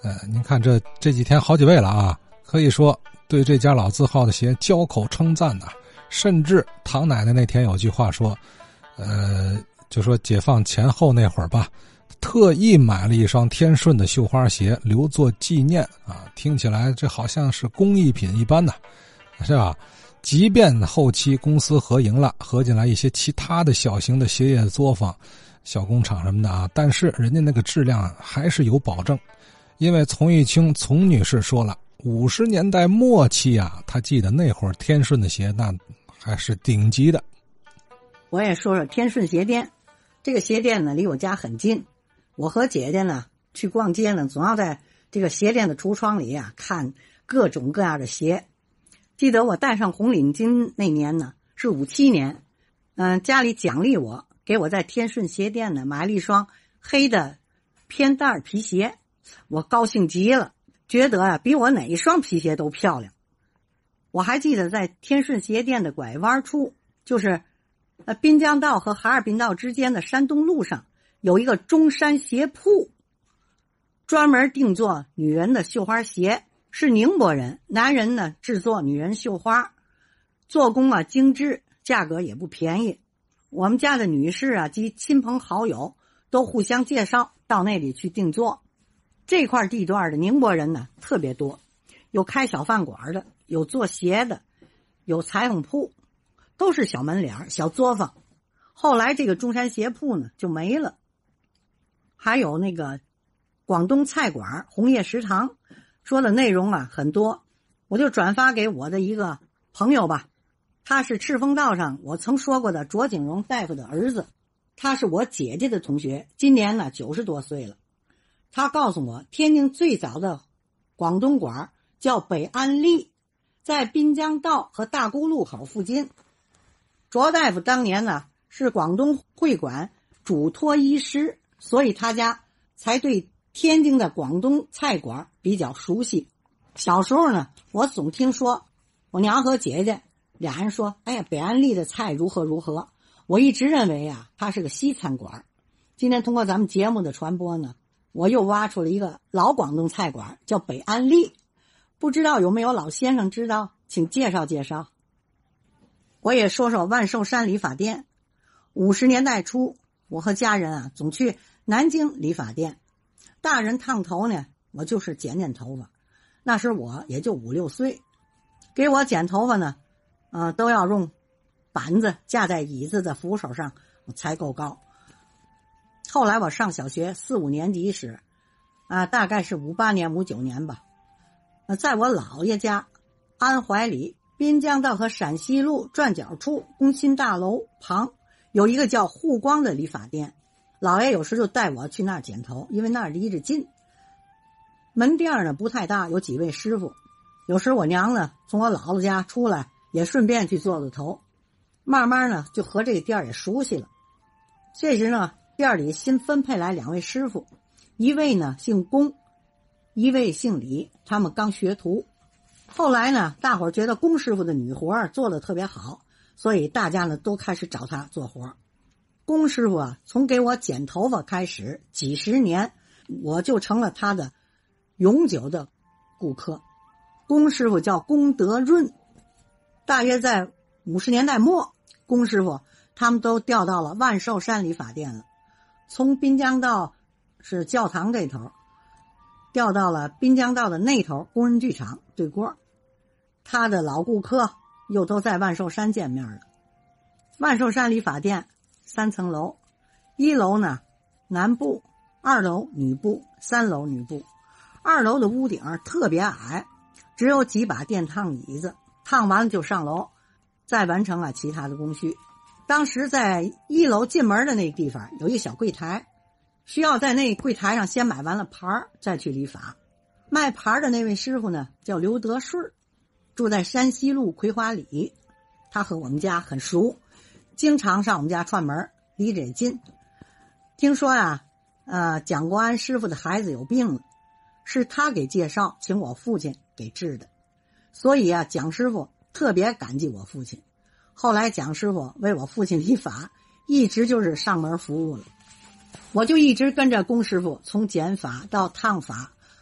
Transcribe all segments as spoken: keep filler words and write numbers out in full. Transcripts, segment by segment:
呃，您看这这几天好几位了啊，可以说对这家老字号的鞋交口称赞呐、啊。甚至唐奶奶那天有句话说，呃，就说解放前后那会儿吧，特意买了一双天顺的绣花鞋留作纪念啊，听起来这好像是工艺品一般呐，是吧？即便后期公司合营了，合进来一些其他的小型的鞋业作坊、小工厂什么的啊，但是人家那个质量还是有保证，因为丛玉清丛女士说了，五十年代末期啊，她记得那会儿天顺的鞋那还是顶级的。 我也说说天顺鞋店，这个鞋店呢离我家很近，我和姐姐呢去逛街呢，总要在这个鞋店的橱窗里啊看各种各样的鞋。记得我戴上红领巾那年呢是五七年，嗯、呃，家里奖励我，给我在天顺鞋店呢买了一双黑的偏带皮鞋，我高兴极了，觉得啊比我哪一双皮鞋都漂亮。我还记得在天顺鞋店的拐弯处，就是呃滨江道和哈尔滨道之间的山东路上，有一个中山鞋铺，专门定做女人的绣花鞋，是宁波人，男人呢制作女人绣花，做工啊精致，价格也不便宜。我们家的女士啊及亲朋好友都互相介绍到那里去定做。这块地段的宁波人呢特别多，有开小饭馆的，有做鞋的，有裁缝铺，都是小门脸小作坊。后来这个中山鞋铺呢就没了，还有那个广东菜馆红叶食堂，说的内容啊很多，我就转发给我的一个朋友吧，他是赤峰道上我曾说过的卓景荣大夫的儿子，他是我姐姐的同学，今年呢九十多岁了。他告诉我，天津最早的广东馆叫北安利，在滨江道和大沽路口附近。卓大夫当年呢是广东会馆主托医师，所以他家才对天津的广东菜馆比较熟悉。小时候呢，我总听说我娘和姐姐俩人说，哎呀，北安利的菜如何如何。我一直认为啊，它是个西餐馆。今天通过咱们节目的传播呢，我又挖出了一个老广东菜馆，叫北安利。不知道有没有老先生知道，请介绍介绍。我也说说万寿山理发店。五十年代初，我和家人啊总去南京理发店。大人烫头呢，我就是剪剪头发。那时我也就五六岁，给我剪头发呢，呃，都要用板子架在椅子的扶手上才够高。后来我上小学四五年级时，啊，大概是五八年五九年吧，呃，在我姥爷家安怀里滨江道和陕西路转角处工信大楼旁有一个叫护光的理发店，姥爷有时就带我去那儿剪头，因为那儿离着近。门店呢不太大，有几位师傅，有时我娘呢从我姥姥家出来也顺便去做做头，慢慢呢就和这个店也熟悉了。这时呢店里新分配来两位师傅，一位呢姓龚，一位姓李，他们刚学徒。后来呢大伙儿觉得龚师傅的女活做得特别好，所以大家呢都开始找他做活。龚师傅啊从给我剪头发开始，几十年我就成了他的永久的顾客。龚师傅叫龚德润，大约在五十年代末，龚师傅他们都调到了万寿山理发店了，从滨江道是教堂这头调到了滨江道的那头工人剧场对过，他的老顾客又都在万寿山见面了。万寿山理发店三层楼，一楼呢男部，二楼女部，三楼女部。二楼的屋顶特别矮，只有几把电烫椅子，烫完了就上楼，再完成了其他的工序。当时在一楼进门的那个地方有一个小柜台，需要在那柜台上先买完了牌再去理发。卖牌的那位师傅呢叫刘德顺，住在山西路葵花里，他和我们家很熟，经常上我们家串门，离着也近。听说啊呃，蒋国安师傅的孩子有病了，是他给介绍请我父亲给治的，所以啊蒋师傅特别感激我父亲。后来蒋师傅为我父亲理发，一直就是上门服务了。我就一直跟着龚师傅，从剪发到烫发，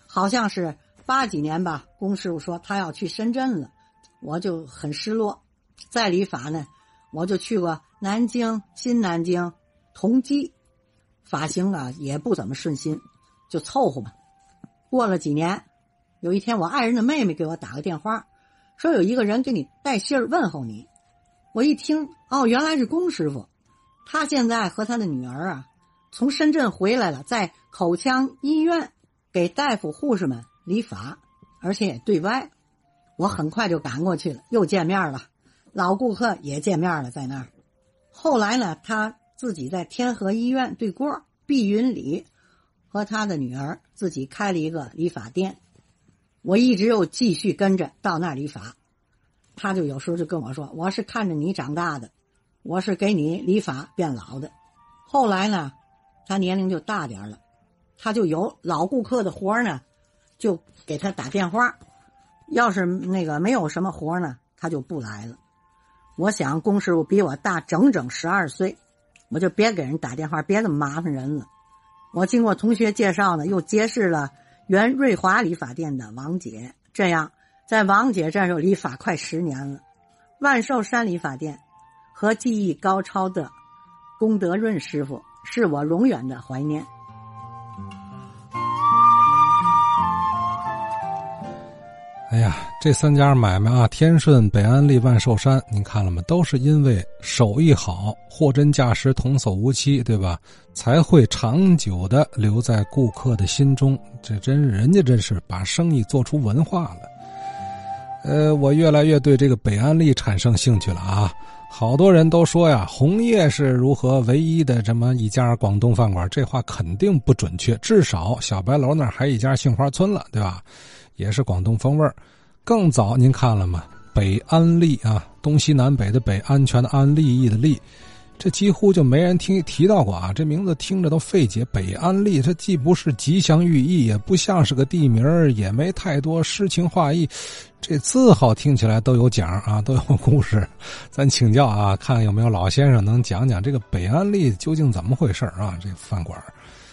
好像是八几年吧，龚师傅说他要去深圳了，我就很失落。在理发呢，我就去过南京、新南京、同济，发型啊也不怎么顺心，就凑合吧。过了几年，有一天我爱人的妹妹给我打个电话，说有一个人给你带信儿问候你。我一听，哦，原来是龚师傅，他现在和他的女儿啊从深圳回来了，在口腔医院给大夫护士们理发，而且也对外。我很快就赶过去了，又见面了，老顾客也见面了，在那儿。后来呢，他自己在天河医院对过碧云里和他的女儿自己开了一个理发店。我一直又继续跟着到那儿理发，他就有时候就跟我说，我是看着你长大的，我是给你理发变老的。后来呢，他年龄就大点了，他就有老顾客的活呢，就给他打电话，要是那个没有什么活呢，他就不来了。我想龚师傅比我大整整十二岁，我就别给人打电话，别这么麻烦人了。我经过同学介绍呢，又结识了原瑞华理发店的王姐，这样在王姐这儿就理发快十年了。万寿山理发店和技艺高超的龚德润师傅是我永远的怀念。 哎呀，这三家买卖啊，天顺、北安利、万寿山，您看了吗？都是因为手艺好，货真价实，童叟无欺，对吧？才会长久的留在顾客的心中。这真是人家真是把生意做出文化了。呃，我越来越对这个北安利产生兴趣了啊！好多人都说呀，红叶是如何唯一的这么一家广东饭馆，这话肯定不准确，至少小白楼那儿还一家杏花村了，对吧？也是广东风味儿。更早您看了吗？北安利啊，东西南北的北，安全的安，利益的利，这几乎就没人听提到过啊。这名字听着都费解。北安利，这既不是吉祥寓意，也不像是个地名，也没太多诗情画意，这字号听起来都有讲啊，都有故事。咱请教啊，看有没有老先生能讲讲这个北安利究竟怎么回事啊？这个饭馆